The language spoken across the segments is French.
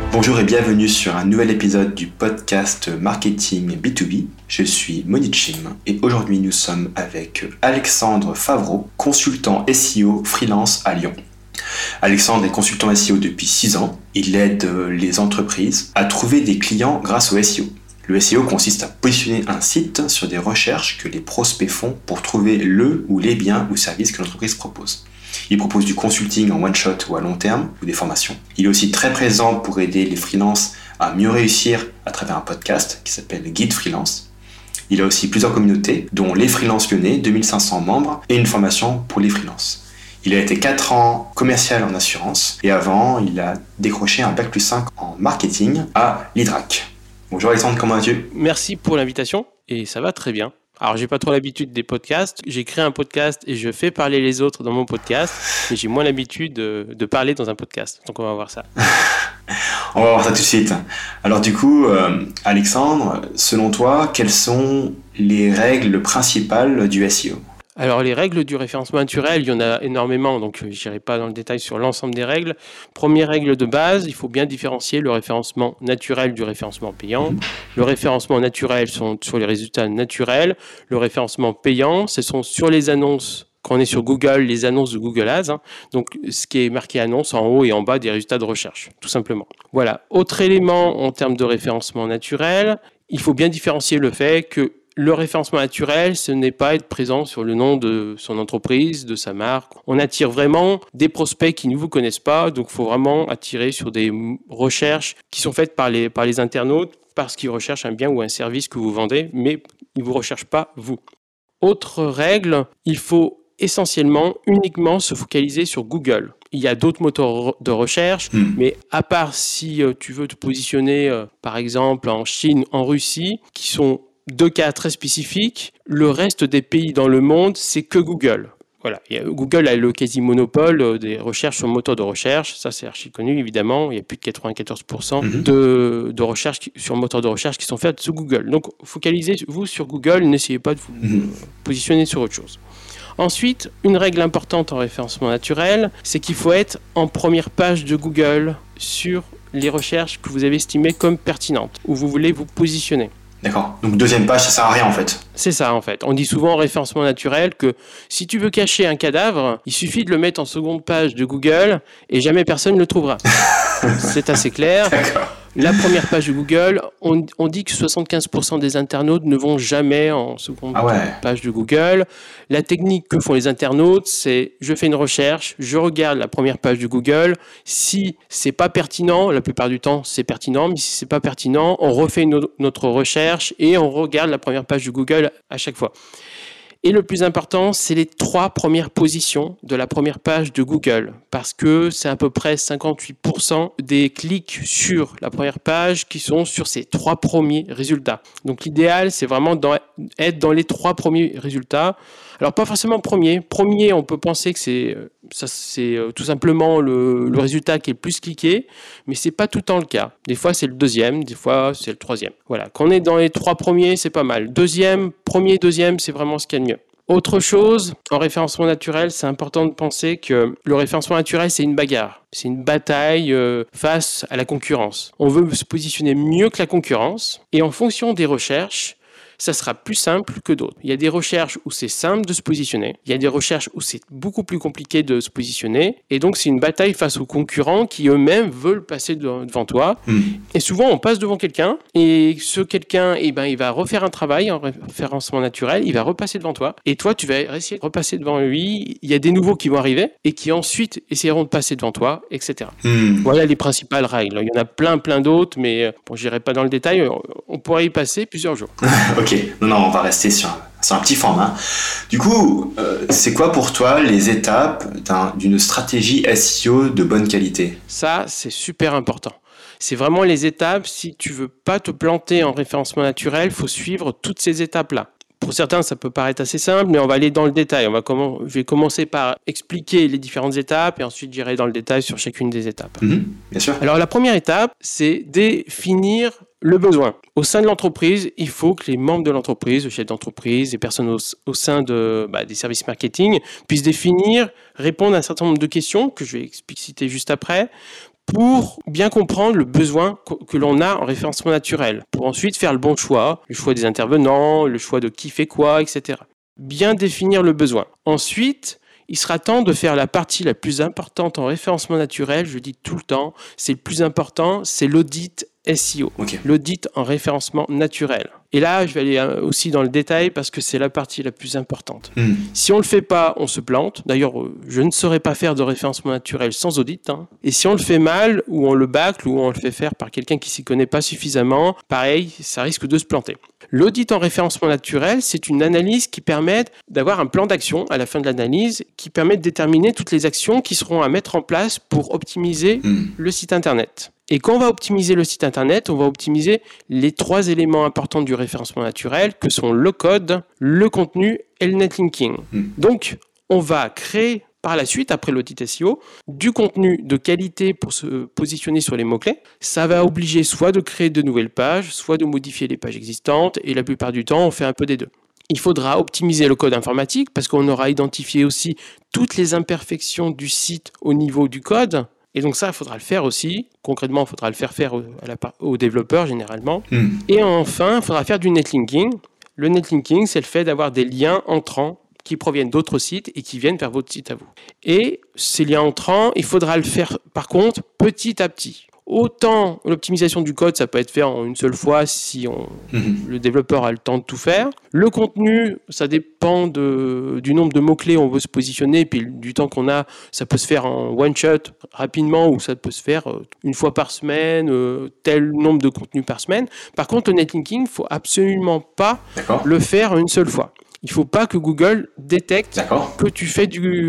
Bonjour et bienvenue sur un nouvel épisode du podcast Marketing B2B. Je suis Monique Chim et aujourd'hui nous sommes avec Alexandre Favreau, consultant SEO freelance à Lyon. Alexandre est consultant SEO depuis 6 ans. Il aide les entreprises à trouver des clients grâce au SEO. Le SEO consiste à positionner un site sur des recherches que les prospects font pour trouver le ou les biens ou services que l'entreprise propose. Il propose du consulting en one-shot ou à long terme, ou des formations. Il est aussi très présent pour aider les freelances à mieux réussir à travers un podcast qui s'appelle Guide Freelance. Il a aussi plusieurs communautés, dont les Freelance Lyonnais, 2500 membres, et une formation pour les freelances. Il a été 4 ans commercial en assurance, et avant, il a décroché un Bac+5 en marketing à l'IDRAC. Bonjour Alexandre, comment vas-tu ? Merci pour l'invitation, et ça va très bien. Alors, j'ai pas trop l'habitude des podcasts. J'ai créé un podcast et je fais parler les autres dans mon podcast. Mais j'ai moins l'habitude de parler dans un podcast. Donc, on va voir ça. On va voir ça tout de suite. Alors du coup, Alexandre, selon toi, quelles sont les règles principales du SEO ? Alors, les règles du référencement naturel, il y en a énormément, donc je n'irai pas dans le détail sur l'ensemble des règles. Première règle de base, il faut bien différencier le référencement naturel du référencement payant. Le référencement naturel sont sur les résultats naturels. Le référencement payant, ce sont sur les annonces. Quand on est sur Google, les annonces de Google Ads, donc ce qui est marqué annonce en haut et en bas des résultats de recherche, tout simplement. Voilà. Autre élément en termes de référencement naturel, il faut bien différencier le fait que le référencement naturel, ce n'est pas être présent sur le nom de son entreprise, de sa marque. On attire vraiment des prospects qui ne vous connaissent pas, donc il faut vraiment attirer sur des recherches qui sont faites par les internautes parce qu'ils recherchent un bien ou un service que vous vendez, mais ils ne vous recherchent pas vous. Autre règle, il faut essentiellement uniquement se focaliser sur Google. Il y a d'autres moteurs de recherche, mais à part si tu veux te positionner par exemple en Chine, en Russie, qui sont 2 cas très spécifiques, le reste des pays dans le monde, c'est que Google. Voilà. Google a le quasi-monopole des recherches sur moteur de recherche. Ça, c'est archi connu, évidemment. Il y a plus de 94% de recherches sur moteur de recherche qui sont faites sur Google. Donc, focalisez-vous sur Google. N'essayez pas de vous positionner sur autre chose. Ensuite, une règle importante en référencement naturel, c'est qu'il faut être en première page de Google sur les recherches que vous avez estimées comme pertinentes, où vous voulez vous positionner. D'accord. Donc deuxième page, ça sert à rien en fait. C'est ça en fait. On dit souvent en référencement naturel que si tu veux cacher un cadavre, il suffit de le mettre en seconde page de Google et jamais personne ne le trouvera. C'est assez clair. D'accord. La première page de Google, on dit que 75% des internautes ne vont jamais en seconde page de Google. La technique que font les internautes, c'est je fais une recherche, je regarde la première page de Google. Si c'est pas pertinent, la plupart du temps c'est pertinent, mais si c'est pas pertinent, on refait notre recherche et on regarde la première page de Google à chaque fois. Et le plus important, c'est les 3 premières positions de la première page de Google, parce que c'est à peu près 58% des clics sur la première page qui sont sur ces 3 premiers résultats. Donc l'idéal, c'est vraiment d'être dans les 3 premiers résultats. Alors pas forcément premier. Premier, on peut penser que c'est tout simplement le résultat qui est le plus cliqué, mais c'est pas tout le temps le cas. Des fois c'est le deuxième, des fois c'est le troisième. Voilà, quand on est dans les 3 premiers, c'est pas mal. Premier, deuxième, c'est vraiment ce qu'il y a de mieux. Autre chose, en référencement naturel, c'est important de penser que le référencement naturel, c'est une bagarre. C'est une bataille face à la concurrence. On veut se positionner mieux que la concurrence, et en fonction des recherches, ça sera plus simple que d'autres. Il y a des recherches où c'est simple de se positionner. Il y a des recherches où c'est beaucoup plus compliqué de se positionner. Et donc, c'est une bataille face aux concurrents qui eux-mêmes veulent passer devant toi. Et souvent, on passe devant quelqu'un et ce quelqu'un, il va refaire un travail en référencement naturel. Il va repasser devant toi. Et toi, tu vas essayer de repasser devant lui. Il y a des nouveaux qui vont arriver et qui ensuite essaieront de passer devant toi, etc. Voilà les principales règles. Il y en a plein d'autres, mais bon, je n'irai pas dans le détail. On pourrait y passer plusieurs jours. Ok, non, on va rester sur un petit format. Du coup, c'est quoi pour toi les étapes d'une stratégie SEO de bonne qualité ? Ça, c'est super important. C'est vraiment les étapes. Si tu veux pas te planter en référencement naturel, il faut suivre toutes ces étapes-là. Pour certains, ça peut paraître assez simple, mais on va aller dans le détail. Je vais commencer par expliquer les différentes étapes et ensuite j'irai dans le détail sur chacune des étapes. Bien sûr. Alors, la première étape, c'est définir le besoin. Au sein de l'entreprise, il faut que les membres de l'entreprise, le chef d'entreprise, les personnes au sein des services marketing puissent répondre à un certain nombre de questions que je vais expliciter juste après pour bien comprendre le besoin que l'on a en référencement naturel, pour ensuite faire le bon choix, le choix des intervenants, le choix de qui fait quoi, etc. Bien définir le besoin. Ensuite, il sera temps de faire la partie la plus importante en référencement naturel, je dis tout le temps, c'est le plus important, c'est l'audit SEO, l'audit en référencement naturel. Et là, je vais aller aussi dans le détail parce que c'est la partie la plus importante. Si on ne le fait pas, on se plante. D'ailleurs, je ne saurais pas faire de référencement naturel sans audit. Et si on le fait mal, ou on le bâcle, ou on le fait faire par quelqu'un qui ne s'y connaît pas suffisamment, pareil, ça risque de se planter. L'audit en référencement naturel, c'est une analyse qui permet d'avoir un plan d'action à la fin de l'analyse, qui permet de déterminer toutes les actions qui seront à mettre en place pour optimiser le site Internet. Et quand on va optimiser le site Internet, on va optimiser les 3 éléments importants du référencement naturel, que sont le code, le contenu et le netlinking. Donc, on va créer par la suite, après l'audit SEO, du contenu de qualité pour se positionner sur les mots-clés. Ça va obliger soit de créer de nouvelles pages, soit de modifier les pages existantes, et la plupart du temps, on fait un peu des deux. Il faudra optimiser le code informatique, parce qu'on aura identifié aussi toutes les imperfections du site au niveau du code. Et donc ça, il faudra le faire aussi. Concrètement, il faudra le faire aux développeurs généralement. Et enfin, il faudra faire du netlinking. Le netlinking, c'est le fait d'avoir des liens entrants qui proviennent d'autres sites et qui viennent vers votre site à vous. Et ces liens entrants, il faudra le faire par contre petit à petit. Autant l'optimisation du code, ça peut être fait en une seule fois si le développeur a le temps de tout faire. Le contenu, ça dépend du nombre de mots-clés où on veut se positionner, puis du temps qu'on a, ça peut se faire en one-shot rapidement ou ça peut se faire une fois par semaine, tel nombre de contenus par semaine. Par contre, le netlinking, il ne faut absolument pas le faire une seule fois. Il ne faut pas que Google détecte que tu fais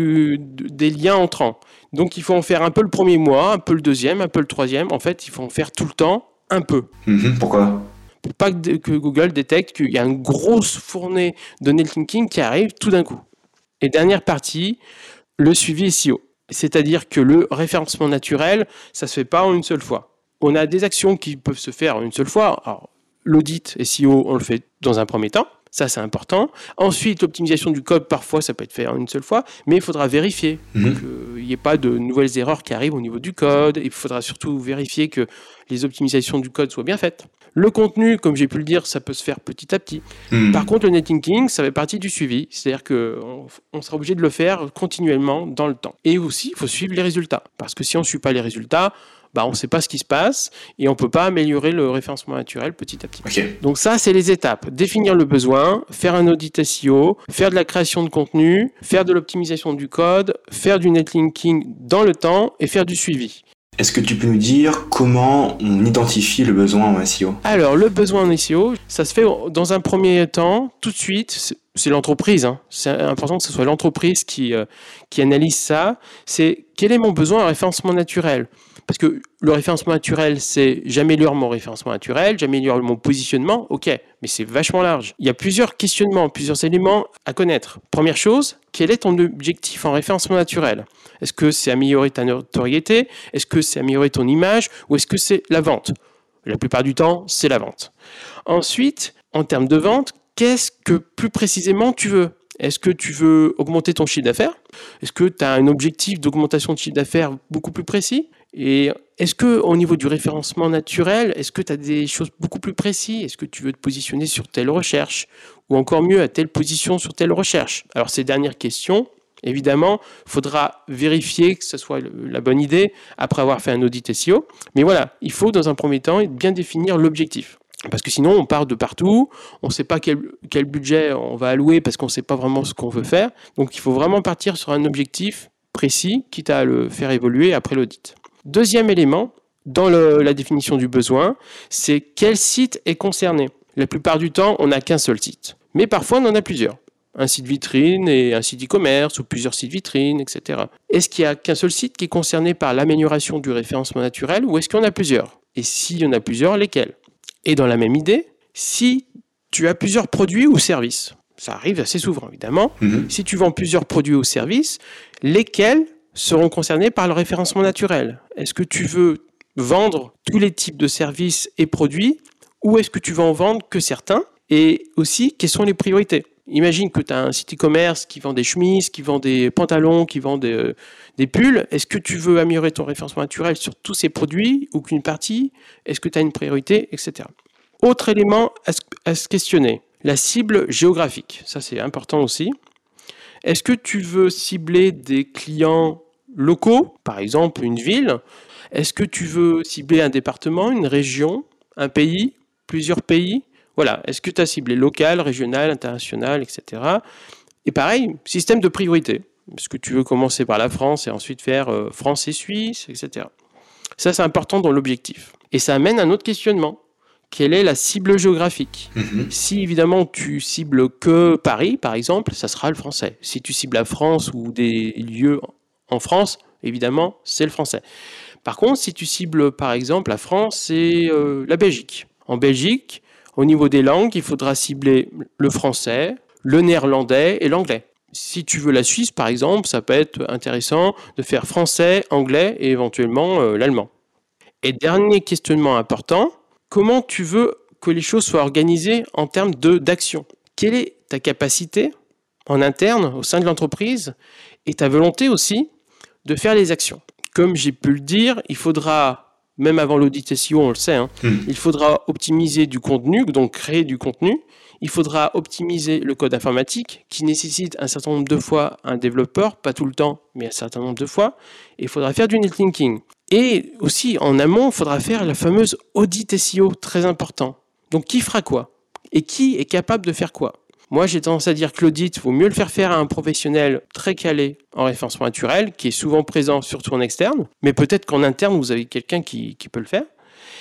des liens entrants. Donc, il faut en faire un peu le premier mois, un peu le deuxième, un peu le troisième. En fait, il faut en faire tout le temps, un peu. Pourquoi ? Pour pas que Google détecte qu'il y a une grosse fournée de netlinking qui arrive tout d'un coup. Et dernière partie, le suivi SEO. C'est-à-dire que le référencement naturel, ça ne se fait pas en une seule fois. On a des actions qui peuvent se faire en une seule fois. Alors, l'audit SEO, on le fait dans un premier temps. Ça, c'est important. Ensuite, l'optimisation du code, parfois, ça peut être fait en une seule fois, mais il faudra vérifier qu'il n'y ait pas de nouvelles erreurs qui arrivent au niveau du code. Il faudra surtout vérifier que les optimisations du code soient bien faites. Le contenu, comme j'ai pu le dire, ça peut se faire petit à petit. Par contre, le netlinking, ça fait partie du suivi. C'est-à-dire qu'on sera obligé de le faire continuellement dans le temps. Et aussi, il faut suivre les résultats. Parce que si on ne suit pas les résultats, on ne sait pas ce qui se passe et on ne peut pas améliorer le référencement naturel petit à petit. Donc ça, c'est les étapes. Définir le besoin, faire un audit SEO, faire de la création de contenu, faire de l'optimisation du code, faire du netlinking dans le temps et faire du suivi. Est-ce que tu peux nous dire comment on identifie le besoin en SEO ? Alors, le besoin en SEO, ça se fait dans un premier temps, tout de suite. C'est l'entreprise. C'est important que ce soit l'entreprise qui analyse ça. C'est quel est mon besoin en référencement naturel ? Parce que le référencement naturel, c'est j'améliore mon référencement naturel, j'améliore mon positionnement, ok, mais c'est vachement large. Il y a plusieurs questionnements, plusieurs éléments à connaître. Première chose, quel est ton objectif en référencement naturel ? Est-ce que c'est améliorer ta notoriété ? Est-ce que c'est améliorer ton image ? Ou est-ce que c'est la vente ? La plupart du temps, c'est la vente. Ensuite, en termes de vente, qu'est-ce que plus précisément tu veux ? Est-ce que tu veux augmenter ton chiffre d'affaires ? Est-ce que tu as un objectif d'augmentation de chiffre d'affaires beaucoup plus précis ? Et est-ce qu'au niveau du référencement naturel, est-ce que tu as des choses beaucoup plus précises ? Est-ce que tu veux te positionner sur telle recherche ? Ou encore mieux, à telle position sur telle recherche ? Alors, ces dernières questions, évidemment, il faudra vérifier que ce soit la bonne idée après avoir fait un audit SEO. Mais voilà, il faut dans un premier temps bien définir l'objectif. Parce que sinon, on part de partout, on ne sait pas quel budget on va allouer parce qu'on ne sait pas vraiment ce qu'on veut faire. Donc, il faut vraiment partir sur un objectif précis, quitte à le faire évoluer après l'audit. Deuxième élément, dans la définition du besoin, c'est quel site est concerné. La plupart du temps, on n'a qu'un seul site. Mais parfois, on en a plusieurs. Un site vitrine et un site e-commerce ou plusieurs sites vitrines, etc. Est-ce qu'il n'y a qu'un seul site qui est concerné par l'amélioration du référencement naturel ou est-ce qu'il y en a plusieurs ? Et s'il y en a plusieurs, lesquels ? Et dans la même idée, si tu as plusieurs produits ou services, ça arrive assez souvent évidemment, si tu vends plusieurs produits ou services, lesquels seront concernés par le référencement naturel ? Est-ce que tu veux vendre tous les types de services et produits ou est-ce que tu veux en vendre que certains ? Et aussi, quelles sont les priorités ? Imagine que tu as un site e-commerce qui vend des chemises, qui vend des pantalons, qui vend des pulls. Est-ce que tu veux améliorer ton référencement naturel sur tous ces produits ou qu'une partie? Est-ce que tu as une priorité, etc. Autre élément à se questionner, la cible géographique. Ça, c'est important aussi. Est-ce que tu veux cibler des clients locaux, par exemple une ville? Est-ce que tu veux cibler un département, une région, un pays, plusieurs pays? Voilà, est-ce que tu as ciblé local, régional, international, etc. Et pareil, système de priorité. Est-ce que tu veux commencer par la France et ensuite faire France et Suisse, etc. Ça, c'est important dans l'objectif. Et ça amène à un autre questionnement. Quelle est la cible géographique? Si évidemment tu cibles que Paris, par exemple, ça sera le français. Si tu cibles la France ou des lieux en France, évidemment, c'est le français. Par contre, si tu cibles par exemple la France et la Belgique. En Belgique, au niveau des langues, il faudra cibler le français, le néerlandais et l'anglais. Si tu veux la Suisse, par exemple, ça peut être intéressant de faire français, anglais et éventuellement l'allemand. Et dernier questionnement important, comment tu veux que les choses soient organisées en termes d'action? Quelle est ta capacité en interne au sein de l'entreprise et ta volonté aussi de faire les actions? Comme j'ai pu le dire, il faudra, même avant l'audit SEO, on le sait, il faudra optimiser du contenu, donc créer du contenu. Il faudra optimiser le code informatique qui nécessite un certain nombre de fois un développeur, pas tout le temps, mais un certain nombre de fois. Et il faudra faire du netlinking. Et aussi, en amont, il faudra faire la fameuse audit SEO, très important. Donc, qui fera quoi? Et qui est capable de faire quoi? Moi, j'ai tendance à dire que l'audit, il vaut mieux le faire à un professionnel très calé en référencement naturel, qui est souvent présent, surtout en externe. Mais peut-être qu'en interne, vous avez quelqu'un qui peut le faire.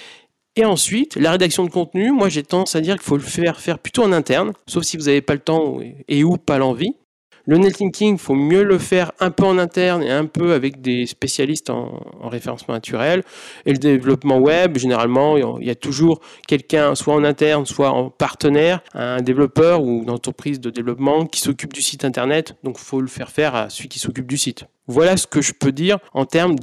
Et ensuite, la rédaction de contenu, moi, j'ai tendance à dire qu'il faut le faire plutôt en interne, sauf si vous n'avez pas le temps et ou pas l'envie. Le netlinking, il faut mieux le faire un peu en interne et un peu avec des spécialistes en référencement naturel. Et le développement web, généralement, il y a toujours quelqu'un, soit en interne, soit en partenaire, un développeur ou une entreprise de développement qui s'occupe du site internet. Donc, il faut le faire à celui qui s'occupe du site. Voilà ce que je peux dire en termes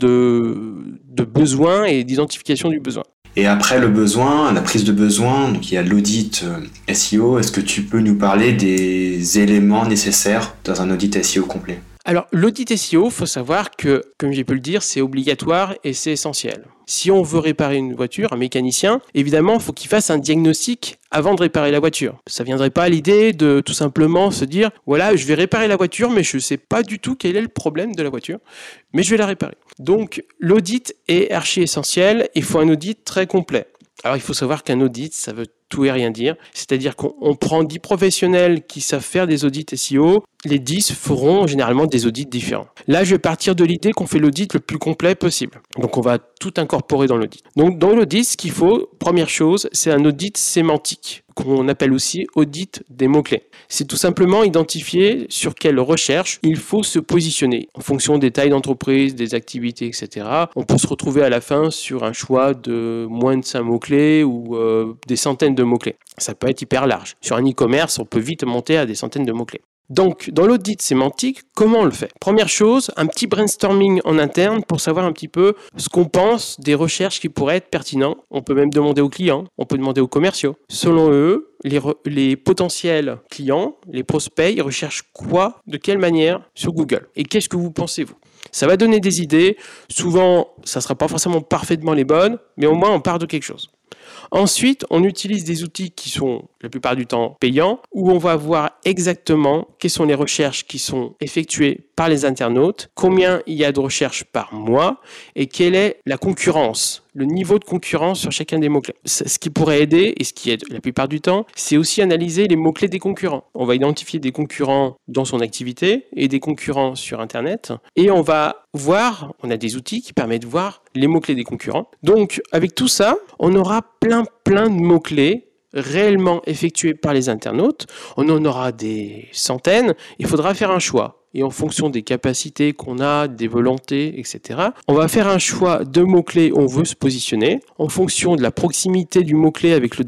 de besoin et d'identification du besoin. Et après le besoin, la prise de besoin, donc il y a l'audit SEO. Est-ce que tu peux nous parler des éléments nécessaires dans un audit SEO complet? Alors, l'audit SEO, il faut savoir que, comme j'ai pu le dire, c'est obligatoire et c'est essentiel. Si on veut réparer une voiture, un mécanicien, évidemment, il faut qu'il fasse un diagnostic avant de réparer la voiture. Ça ne viendrait pas à l'idée de tout simplement se dire, voilà, je vais réparer la voiture, mais je ne sais pas du tout quel est le problème de la voiture, mais je vais la réparer. Donc, l'audit est archi essentiel, il faut un audit très complet. Alors, il faut savoir qu'un audit, ça veut tout et rien dire. C'est-à-dire qu'on prend 10 professionnels qui savent faire des audits SEO. Les 10 feront généralement des audits différents. Là, je vais partir de l'idée qu'on fait l'audit le plus complet possible. Donc, on va tout incorporer dans l'audit. Donc, dans l'audit, ce qu'il faut, première chose, c'est un audit sémantique, qu'on appelle aussi audit des mots-clés. C'est tout simplement identifier sur quelle recherche il faut se positionner. En fonction des tailles d'entreprise, des activités, etc., on peut se retrouver à la fin sur un choix de moins de 5 mots-clés ou des centaines de mots-clés. Ça peut être hyper large. Sur un e-commerce, on peut vite monter à des centaines de mots-clés. Donc, dans l'audit sémantique, comment on le fait? Première chose, un petit brainstorming en interne pour savoir un petit peu ce qu'on pense des recherches qui pourraient être pertinentes. On peut même demander aux clients, on peut demander aux commerciaux. Selon eux, les potentiels clients, les prospects, ils recherchent quoi, de quelle manière sur Google? Et qu'est-ce que vous pensez, vous? Ça va donner des idées. Souvent, ça ne sera pas forcément parfaitement les bonnes, mais au moins, on part de quelque chose. Ensuite, on utilise des outils qui sont la plupart du temps payants, où on va voir exactement quelles sont les recherches qui sont effectuées par les internautes, combien il y a de recherches par mois et quelle est la concurrence, le niveau de concurrence sur chacun des mots-clés. Ce qui pourrait aider, et ce qui aide la plupart du temps, c'est aussi analyser les mots-clés des concurrents. On va identifier des concurrents dans son activité et des concurrents sur Internet, et on va voir, on a des outils qui permettent de voir les mots-clés des concurrents. Donc, avec tout ça, on aura plein de mots-clés réellement effectués par les internautes. On en aura des centaines. Il faudra faire un choix. Et en fonction des capacités qu'on a, des volontés, etc., on va faire un choix de mots-clés où on veut se positionner. En fonction de la proximité du mot-clé avec le domaine,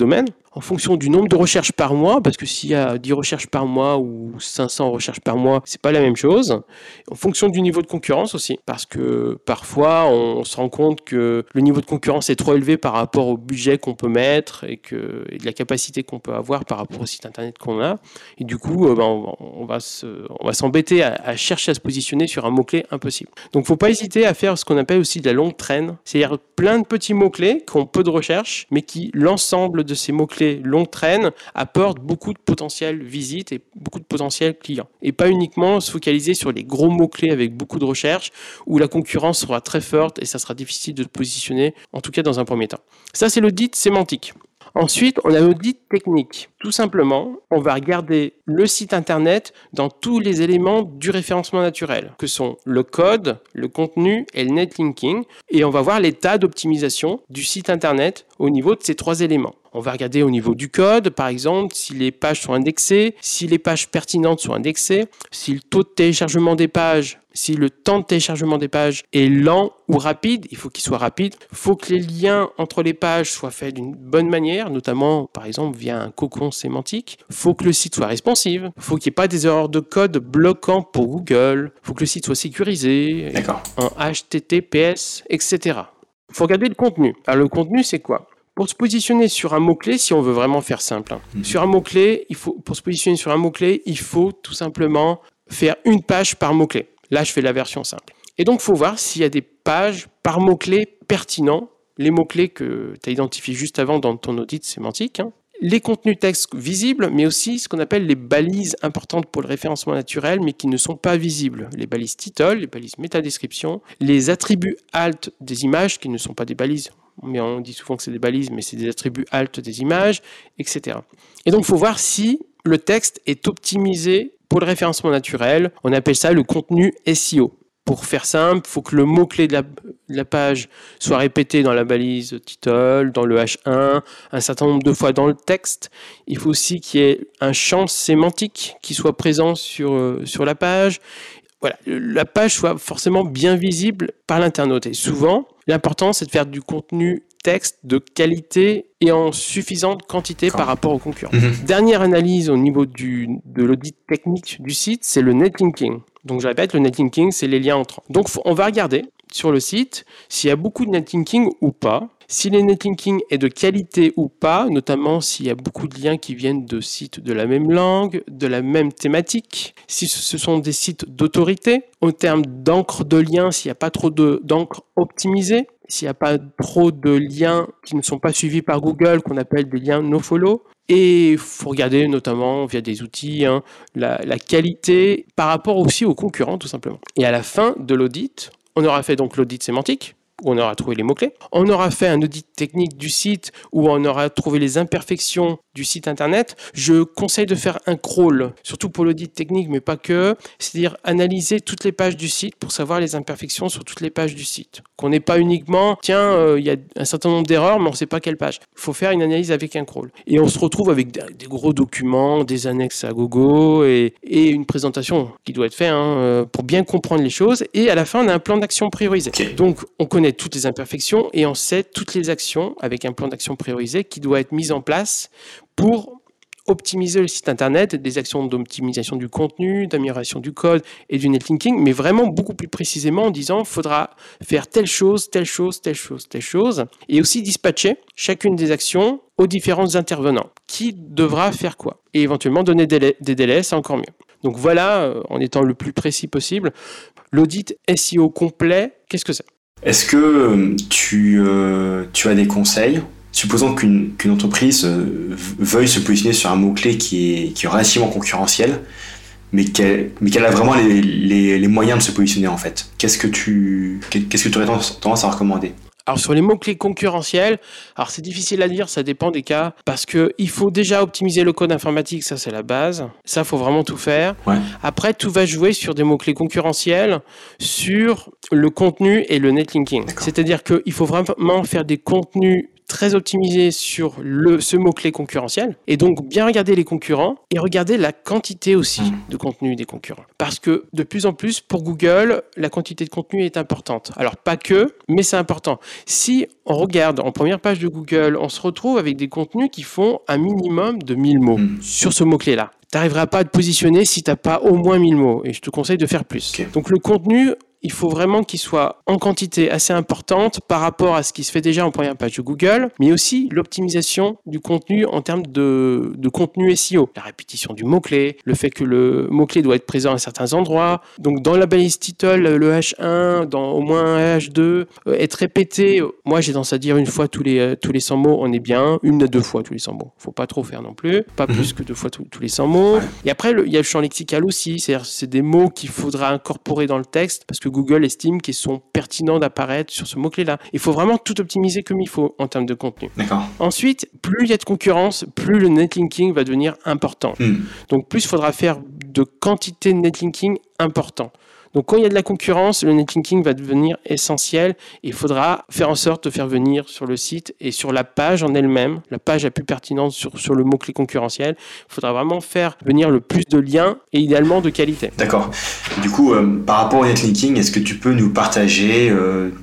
en fonction du nombre de recherches par mois, parce que s'il y a 10 recherches par mois ou 500 recherches par mois, c'est pas la même chose. En fonction du niveau de concurrence aussi, parce que parfois on se rend compte que le niveau de concurrence est trop élevé par rapport au budget qu'on peut mettre et de la capacité qu'on peut avoir par rapport au site internet qu'on a. Et du coup, on va s'embêter à chercher à se positionner sur un mot-clé impossible. Donc, faut pas hésiter à faire ce qu'on appelle aussi de la longue traîne, c'est-à-dire plein de petits mots-clés qui ont peu de recherche, mais qui, l'ensemble de ces mots-clés longue traîne, apportent beaucoup de potentiel visites et beaucoup de potentiel clients. Et pas uniquement se focaliser sur les gros mots-clés avec beaucoup de recherche, où la concurrence sera très forte et ça sera difficile de se positionner, en tout cas dans un premier temps. Ça, c'est l'audit sémantique. Ensuite, on a l'audit technique. Tout simplement, on va regarder le site internet dans tous les éléments du référencement naturel, que sont le code, le contenu et le netlinking. Et on va voir l'état d'optimisation du site internet au niveau de ces 3 éléments. On va regarder au niveau du code, par exemple, si les pages sont indexées, si les pages pertinentes sont indexées, si le taux de téléchargement des pages, si le temps de téléchargement des pages est lent ou rapide, il faut qu'il soit rapide. Il faut que les liens entre les pages soient faits d'une bonne manière, notamment, par exemple, via un cocon sémantique. Il faut que le site soit responsive. Il faut qu'il n'y ait pas des erreurs de code bloquants pour Google. Il faut que le site soit sécurisé, en HTTPS, etc. Il faut regarder le contenu. Alors, le contenu, c'est quoi ? Pour se positionner sur un mot-clé, si on veut vraiment faire simple, sur un mot-clé, pour se positionner sur un mot-clé, il faut tout simplement faire une page par mot-clé. Là, je fais la version simple. Et donc, il faut voir s'il y a des pages par mot-clé pertinents, les mots-clés que tu as identifiés juste avant dans ton audit sémantique, les contenus texte visibles, mais aussi ce qu'on appelle les balises importantes pour le référencement naturel, mais qui ne sont pas visibles. Les balises title, les balises métadescription, les attributs alt des images, qui ne sont pas des balises, mais on dit souvent que c'est des balises, mais c'est des attributs alt des images, etc. Et donc, il faut voir si le texte est optimisé pour le référencement naturel. On appelle ça le contenu SEO. Pour faire simple, il faut que le mot-clé de la page soit répété dans la balise title, dans le H1, un certain nombre de fois dans le texte. Il faut aussi qu'il y ait un champ sémantique qui soit présent sur la page. Voilà, la page soit forcément bien visible par l'internaute. Et souvent, l'important, c'est de faire du contenu texte de qualité et en suffisante quantité par rapport aux concurrents. Dernière analyse au niveau de l'audit technique du site, c'est le netlinking. Donc je répète, le netlinking, c'est les liens entrants. Donc on va regarder sur le site s'il y a beaucoup de netlinking ou pas, si le netlinking est de qualité ou pas, notamment s'il y a beaucoup de liens qui viennent de sites de la même langue, de la même thématique, si ce sont des sites d'autorité, en termes d'encre de liens, s'il n'y a pas trop d'encre optimisée, s'il n'y a pas trop de liens qui ne sont pas suivis par Google, qu'on appelle des liens nofollow. Et il faut regarder notamment via des outils la qualité par rapport aussi aux concurrents tout simplement. Et à la fin de l'audit, on aura fait donc l'audit sémantique, où on aura trouvé les mots-clés. On aura fait un audit technique du site où on aura trouvé les imperfections du site internet. Je conseille de faire un crawl, surtout pour l'audit technique, mais pas que. C'est-à-dire analyser toutes les pages du site pour savoir les imperfections sur toutes les pages du site. Qu'on n'ait pas uniquement, tiens, il y a un certain nombre d'erreurs, mais on ne sait pas quelle page. Il faut faire une analyse avec un crawl. Et on se retrouve avec des gros documents, des annexes à gogo et une présentation qui doit être faite pour bien comprendre les choses. Et à la fin, on a un plan d'action priorisé. Okay. Donc, on connaît toutes les imperfections et on sait toutes les actions avec un plan d'action priorisé qui doit être mis en place pour optimiser le site internet, des actions d'optimisation du contenu, d'amélioration du code et du netlinking, mais vraiment beaucoup plus précisément en disant qu'il faudra faire telle chose, telle chose, telle chose, telle chose, et aussi dispatcher chacune des actions aux différents intervenants. Qui devra faire quoi? Et éventuellement donner des délais, c'est encore mieux. Donc voilà, en étant le plus précis possible, l'audit SEO complet, qu'est-ce que c'est? Est-ce que tu as des conseils? Supposons qu'une entreprise veuille se positionner sur un mot-clé qui est relativement concurrentiel, mais qu'elle a vraiment les moyens de se positionner en fait. Qu'est-ce que tu aurais tendance à recommander? Alors sur les mots-clés concurrentiels, alors c'est difficile à dire, ça dépend des cas, parce qu'il faut déjà optimiser le code informatique, ça c'est la base, ça il faut vraiment tout faire. Ouais. Après tout va jouer sur des mots-clés concurrentiels, sur le contenu et le netlinking. D'accord. C'est-à-dire qu'il faut vraiment faire des contenus très optimisé sur ce mot-clé concurrentiel, et donc bien regarder les concurrents et regarder la quantité aussi de contenu des concurrents. Parce que de plus en plus, pour Google, la quantité de contenu est importante. Alors pas que, mais c'est important. Si on regarde en première page de Google, on se retrouve avec des contenus qui font un minimum de 1000 mots sur ce mot-clé-là. Tu n'arriveras pas à te positionner si tu n'as pas au moins 1000 mots, et je te conseille de faire plus. Okay. Donc le contenu, il faut vraiment qu'il soit en quantité assez importante par rapport à ce qui se fait déjà en première page de Google, mais aussi l'optimisation du contenu en termes de contenu SEO. La répétition du mot-clé, le fait que le mot-clé doit être présent à certains endroits. Donc dans la balise title, le H1, dans au moins un H2, être répété. Moi, j'ai tendance à dire une fois tous les 100 mots, on est bien. Une à deux fois tous les 100 mots. Faut pas trop faire non plus. Pas plus que deux fois tous les 100 mots. Et après, il y a le champ lexical aussi. C'est-à-dire, c'est des mots qu'il faudra incorporer dans le texte parce que Google estime qu'ils sont pertinents d'apparaître sur ce mot-clé-là. Il faut vraiment tout optimiser comme il faut en termes de contenu. D'accord. Ensuite, plus il y a de concurrence, plus le netlinking va devenir important. Donc, plus il faudra faire de quantité de netlinking important. Donc, quand il y a de la concurrence, le netlinking va devenir essentiel. Il faudra faire en sorte de faire venir sur le site et sur la page en elle-même, la page la plus pertinente sur le mot-clé concurrentiel. Il faudra vraiment faire venir le plus de liens et idéalement de qualité. D'accord. Du coup, par rapport au netlinking, est-ce que tu peux nous partager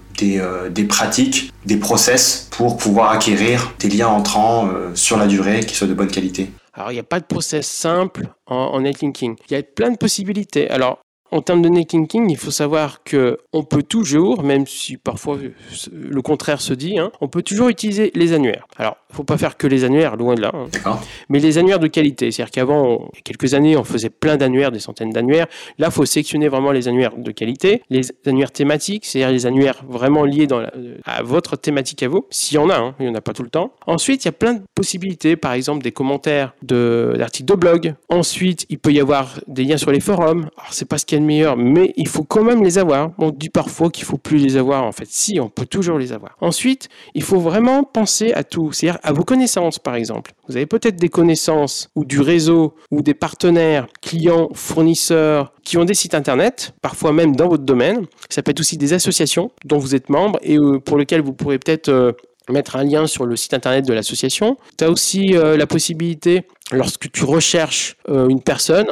des pratiques, des process pour pouvoir acquérir des liens entrants sur la durée qui soient de bonne qualité? Alors, il n'y a pas de process simple en netlinking. Il y a plein de possibilités. Alors, en termes de netlinking, il faut savoir qu'on peut toujours, même si parfois le contraire se dit, on peut toujours utiliser les annuaires. Alors, il ne faut pas faire que les annuaires, loin de là. D'accord. Mais les annuaires de qualité. C'est-à-dire qu'avant, il y a quelques années, on faisait plein d'annuaires, des centaines d'annuaires. Là, il faut sélectionner vraiment les annuaires de qualité. Les annuaires thématiques, c'est-à-dire les annuaires vraiment liés à votre thématique à vous. S'il y en a, il n'y en a pas tout le temps. Ensuite, il y a plein de possibilités. Par exemple, des commentaires d'articles de blog. Ensuite, il peut y avoir des liens sur les forums. Alors, c'est pas ce qu'il y a de meilleur, mais il faut quand même les avoir. On dit parfois qu'il faut plus les avoir. En fait, si, on peut toujours les avoir. Ensuite, il faut vraiment penser à tout. C'est-à-dire à vos connaissances, par exemple. Vous avez peut-être des connaissances ou du réseau ou des partenaires, clients, fournisseurs qui ont des sites internet, parfois même dans votre domaine. Ça peut être aussi des associations dont vous êtes membre et pour lesquelles vous pourrez peut-être mettre un lien sur le site internet de l'association. Tu as aussi la possibilité, lorsque tu recherches une personne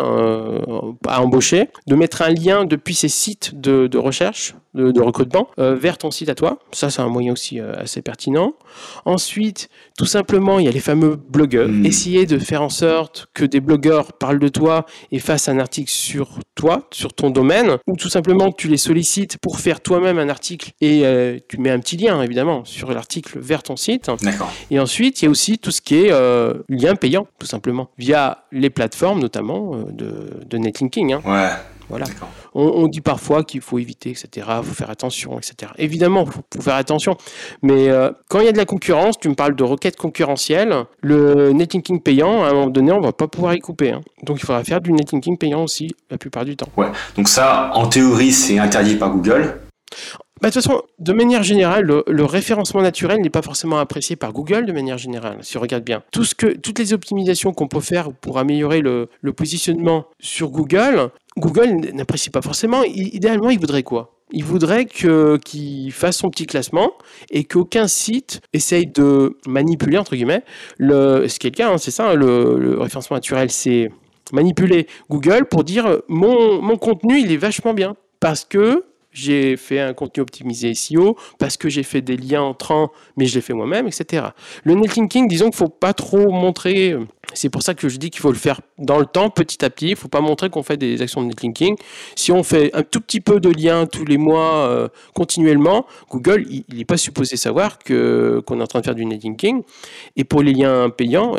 à embaucher, de mettre un lien depuis ces sites de recherche, de recrutement, vers ton site à toi. Ça, c'est un moyen aussi assez pertinent. Ensuite, tout simplement, il y a les fameux blogueurs. Essayer de faire en sorte que des blogueurs parlent de toi et fassent un article sur toi, sur ton domaine, ou tout simplement tu les sollicites pour faire toi-même un article et tu mets un petit lien, évidemment, sur l'article vers ton site. D'accord. Et ensuite, il y a aussi tout ce qui est lien payant, tout simplement, via les plateformes, notamment de netlinking. Ouais. Voilà. On dit parfois qu'il faut éviter, etc. Il faut faire attention, etc. Évidemment, il faut faire attention. Mais quand il y a de la concurrence, tu me parles de requêtes concurrentielles, le netlinking payant, à un moment donné, on ne va pas pouvoir y couper. Donc, il faudra faire du netlinking payant aussi, la plupart du temps. Ouais. Donc ça, en théorie, c'est interdit par Google. De toute façon, de manière générale, le référencement naturel n'est pas forcément apprécié par Google de manière générale, si on regarde bien. Toutes les optimisations qu'on peut faire pour améliorer le positionnement sur Google n'apprécie pas forcément. Idéalement, il voudrait quoi ? Il voudrait qu'il fasse son petit classement et qu'aucun site essaye de manipuler, entre guillemets, ce qui est le cas, c'est ça, le référencement naturel, c'est manipuler Google pour dire mon contenu, il est vachement bien. Parce que j'ai fait un contenu optimisé SEO, parce que j'ai fait des liens entrants, mais je l'ai fait moi-même, etc. Le netlinking, disons qu'il ne faut pas trop montrer. C'est pour ça que je dis qu'il faut le faire dans le temps, petit à petit. Il ne faut pas montrer qu'on fait des actions de netlinking. Si on fait un tout petit peu de liens tous les mois, continuellement, Google, il n'est pas supposé savoir qu'on est en train de faire du netlinking. Et pour les liens payants,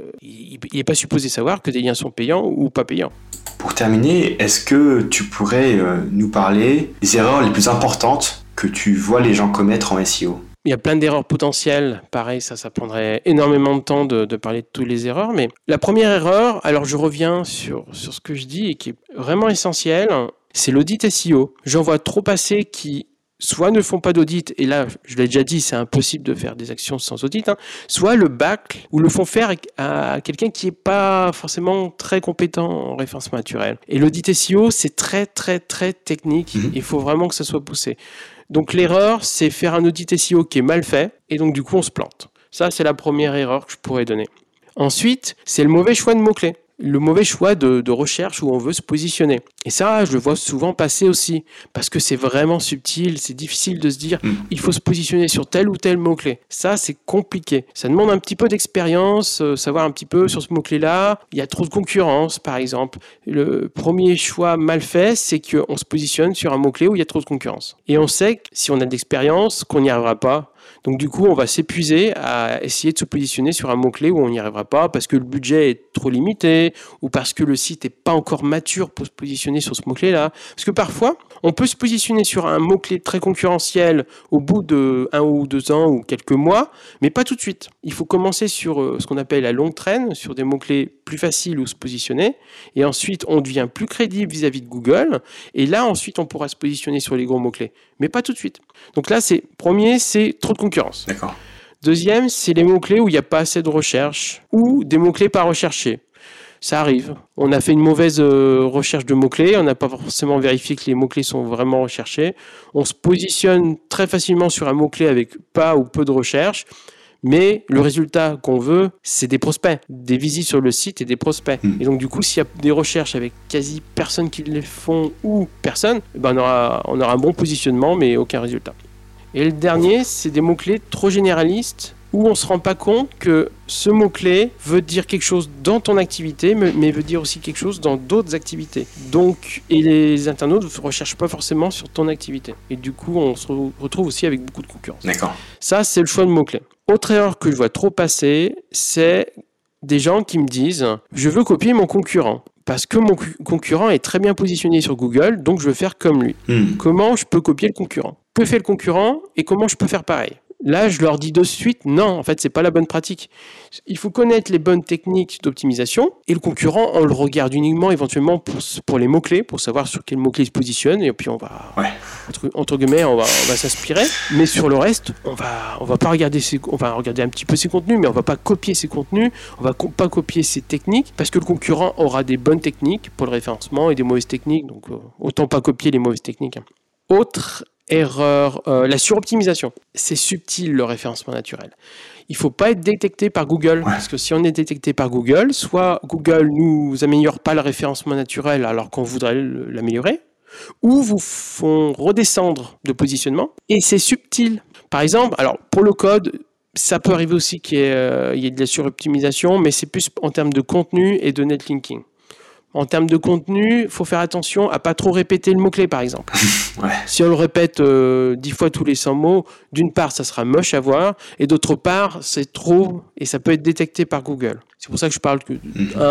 il n'est pas supposé savoir que des liens sont payants ou pas payants. Pour terminer, est-ce que tu pourrais nous parler des erreurs les plus importantes que tu vois les gens commettre en SEO ? Il y a plein d'erreurs potentielles. Pareil, ça prendrait énormément de temps de parler de toutes les erreurs. Mais la première erreur, alors je reviens sur ce que je dis et qui est vraiment essentiel, c'est l'audit SEO. J'en vois trop passer qui soit ne font pas d'audit, et là, je l'ai déjà dit, c'est impossible de faire des actions sans audit, soit le bâclent ou le font faire à quelqu'un qui n'est pas forcément très compétent en référencement naturel. Et l'audit SEO, c'est très, très, très technique. Il faut vraiment que ça soit poussé. Donc l'erreur, c'est faire un audit SEO qui est mal fait, et donc du coup, on se plante. Ça, c'est la première erreur que je pourrais donner. Ensuite, c'est le mauvais choix de mots-clés. Le mauvais choix de recherche où on veut se positionner. Et ça, je le vois souvent passer aussi, parce que c'est vraiment subtil, c'est difficile de se dire il faut se positionner sur tel ou tel mot-clé. Ça, c'est compliqué. Ça demande un petit peu d'expérience, savoir un petit peu sur ce mot-clé-là. Il y a trop de concurrence, par exemple. Le premier choix mal fait, c'est qu'on se positionne sur un mot-clé où il y a trop de concurrence. Et on sait que si on a de l'expérience, qu'on n'y arrivera pas. Donc du coup, on va s'épuiser à essayer de se positionner sur un mot-clé où on n'y arrivera pas parce que le budget est trop limité ou parce que le site n'est pas encore mature pour se positionner sur ce mot-clé-là. Parce que parfois, on peut se positionner sur un mot-clé très concurrentiel au bout de 1 ou 2 ans ou quelques mois, mais pas tout de suite. Il faut commencer sur ce qu'on appelle la longue traîne, sur des mots-clés plus faciles où se positionner, et ensuite on devient plus crédible vis-à-vis de Google, et là ensuite on pourra se positionner sur les gros mots-clés, mais pas tout de suite. Donc là, premier, c'est trop de concurrence. D'accord. Deuxième, c'est les mots-clés où il n'y a pas assez de recherche, ou des mots-clés pas recherchés. Ça arrive. On a fait une mauvaise recherche de mots-clés, on n'a pas forcément vérifié que les mots-clés sont vraiment recherchés. On se positionne très facilement sur un mot-clé avec pas ou peu de recherche, mais le résultat qu'on veut, c'est des prospects, des visites sur le site et des prospects. Et donc du coup, s'il y a des recherches avec quasi personne qui les font ou personne, on aura un bon positionnement, mais aucun résultat. Et le dernier, c'est des mots-clés trop généralistes, où on ne se rend pas compte que ce mot-clé veut dire quelque chose dans ton activité, mais veut dire aussi quelque chose dans d'autres activités. Donc, et les internautes ne recherchent pas forcément sur ton activité. Et du coup, on se retrouve aussi avec beaucoup de concurrence. D'accord. Ça, c'est le choix de mots-clés. Autre erreur que je vois trop passer, c'est des gens qui me disent « Je veux copier mon concurrent ». Parce que mon concurrent est très bien positionné sur Google, donc je veux faire comme lui. Comment je peux copier le concurrent ? Que fait le concurrent et comment je peux faire pareil ? Là, je leur dis de suite, non, en fait, c'est pas la bonne pratique. Il faut connaître les bonnes techniques d'optimisation et le concurrent, on le regarde uniquement éventuellement pour les mots-clés, pour savoir sur quels mots-clés il se positionne et puis on va, entre guillemets, on va s'inspirer. Mais sur le reste, on va pas regarder on va regarder un petit peu ses contenus, mais on va pas copier ses contenus, on va pas copier ses techniques parce que le concurrent aura des bonnes techniques pour le référencement et des mauvaises techniques, donc autant pas copier les mauvaises techniques. Autre erreur, la suroptimisation. C'est subtil le référencement naturel. Il ne faut pas être détecté par Google, parce que si on est détecté par Google, soit Google ne nous améliore pas le référencement naturel alors qu'on voudrait l'améliorer, ou vous font redescendre de positionnement, et c'est subtil. Par exemple, alors pour le code, ça peut arriver aussi qu'il y ait de la suroptimisation, mais c'est plus en termes de contenu et de netlinking. En termes de contenu, il faut faire attention à ne pas trop répéter le mot-clé, par exemple. Si on le répète 10 fois tous les 100 mots, d'une part, ça sera moche à voir, et d'autre part, c'est trop, et ça peut être détecté par Google. C'est pour ça que je parle que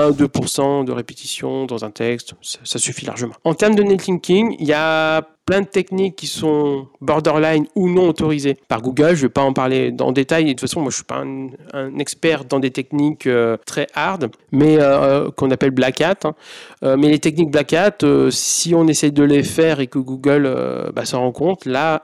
1-2% de répétition dans un texte, ça suffit largement. En termes de netlinking, il y a plein de techniques qui sont borderline ou non autorisées par Google. Je ne vais pas en parler en détail. Et de toute façon, moi, je ne suis pas un expert dans des techniques très hard, mais qu'on appelle Black Hat. Mais les techniques Black Hat, si on essaye de les faire et que Google s'en rend compte, là,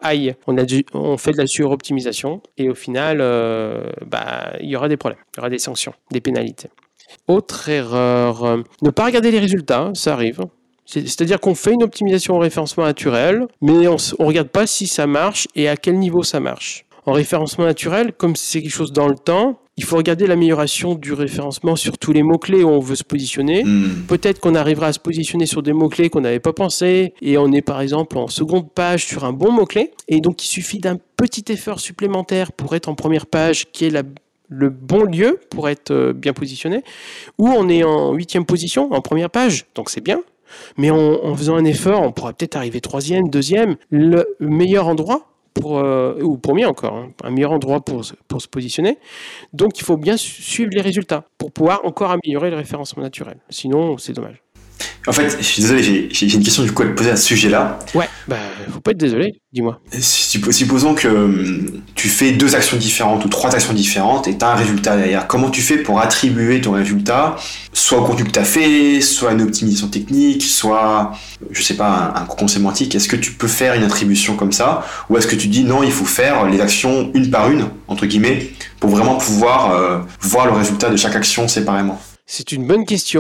on fait de la suroptimisation. Et au final, il y aura des problèmes. Il y aura des sanctions, des pénalités. Autre erreur, ne pas regarder les résultats, ça arrive. C'est-à-dire qu'on fait une optimisation au référencement naturel, mais on ne regarde pas si ça marche et à quel niveau ça marche. En référencement naturel, comme c'est quelque chose dans le temps, il faut regarder l'amélioration du référencement sur tous les mots-clés où on veut se positionner. Peut-être qu'on arrivera à se positionner sur des mots-clés qu'on n'avait pas pensé et on est par exemple en seconde page sur un bon mot-clé. Et donc il suffit d'un petit effort supplémentaire pour être en première page qui est le bon lieu pour être bien positionné. Ou on est en 8e position, en première page, donc c'est bien. Mais en faisant un effort, on pourra peut-être arriver 3e, 2e, le meilleur endroit, ou premier encore, un meilleur endroit pour se positionner. Donc il faut bien suivre les résultats pour pouvoir encore améliorer le référencement naturel. Sinon, c'est dommage. En fait, je suis désolé, j'ai une question du coup à te poser à ce sujet-là. Ouais, faut pas être désolé, dis-moi. Supposons que tu fais 2 actions différentes ou 3 actions différentes et tu as un résultat derrière. Comment tu fais pour attribuer ton résultat, soit au contenu que tu as fait, soit à une optimisation technique, soit, je sais pas, un cocon sémantique. Est-ce que tu peux faire une attribution comme ça, ou est-ce que tu dis non, il faut faire les actions une par une, entre guillemets, pour vraiment pouvoir voir le résultat de chaque action séparément? C'est une bonne question.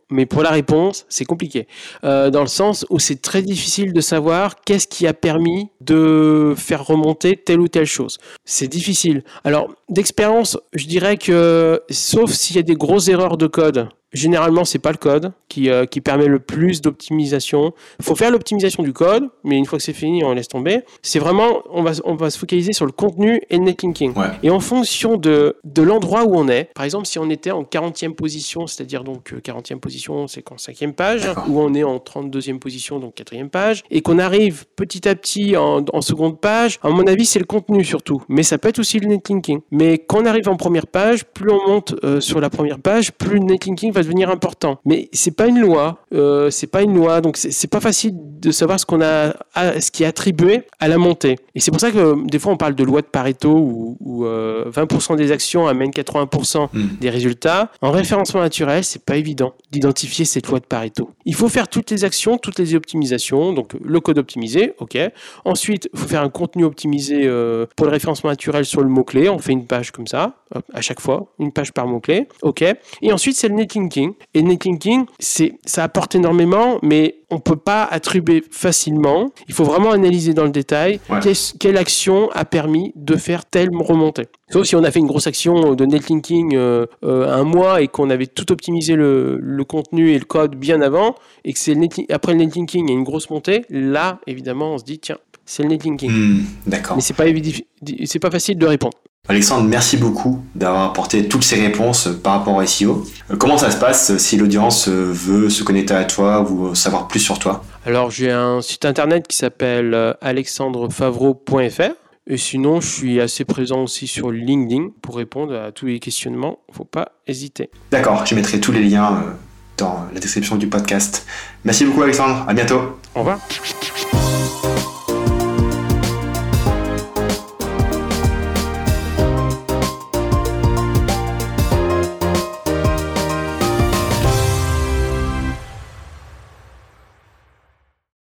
Mais pour la réponse, c'est compliqué. Dans le sens où c'est très difficile de savoir qu'est-ce qui a permis de faire remonter telle ou telle chose. C'est difficile. Alors, d'expérience, je dirais que, sauf s'il y a des grosses erreurs de code, généralement, c'est pas le code qui permet le plus d'optimisation. Il faut faire l'optimisation du code, mais une fois que c'est fini, on laisse tomber. C'est vraiment, on va se focaliser sur le contenu et le netlinking. Ouais. Et en fonction de l'endroit où on est, par exemple, si on était en 40e position, c'est-à-dire donc 40e position, c'est qu'en 5e page, ou on est en 32e position, donc 4e page, et qu'on arrive petit à petit en seconde page, à mon avis, c'est le contenu surtout. Mais ça peut être aussi le netlinking. Mais quand on arrive en première page, plus on monte sur la première page, plus le netlinking va devenir important. Mais c'est pas une loi, donc c'est pas facile de savoir ce qui est attribué à la montée. Et c'est pour ça que des fois on parle de loi de Pareto où 20% des actions amènent 80% des résultats. En référencement naturel, c'est pas évident d'identifier cette loi de Pareto. Il faut faire toutes les actions, toutes les optimisations, donc le code optimisé, ok. Ensuite, il faut faire un contenu optimisé pour le référencement naturel sur le mot-clé. On fait une page comme ça, à chaque fois, une page par mot-clé, ok. Et ensuite, c'est le netlinking. Et le netlinking, ça apporte énormément, mais on peut pas attribuer facilement. Il faut vraiment analyser dans le détail quelle action a permis de faire telle remontée. Sauf si on a fait une grosse action de netlinking un mois et qu'on avait tout optimisé le contenu et le code bien avant, et que après le netlinking, il y a une grosse montée. Là, évidemment, on se dit, tiens, c'est le netlinking. D'accord. Mais c'est pas facile de répondre. Alexandre, merci beaucoup d'avoir apporté toutes ces réponses par rapport au SEO. Comment ça se passe si l'audience veut se connecter à toi ou savoir plus sur toi ? Alors, j'ai un site internet qui s'appelle alexandrefavreau.fr. Et sinon, je suis assez présent aussi sur LinkedIn pour répondre à tous les questionnements. Il ne faut pas hésiter. D'accord, je mettrai tous les liens dans la description du podcast. Merci beaucoup Alexandre, à bientôt. Au revoir.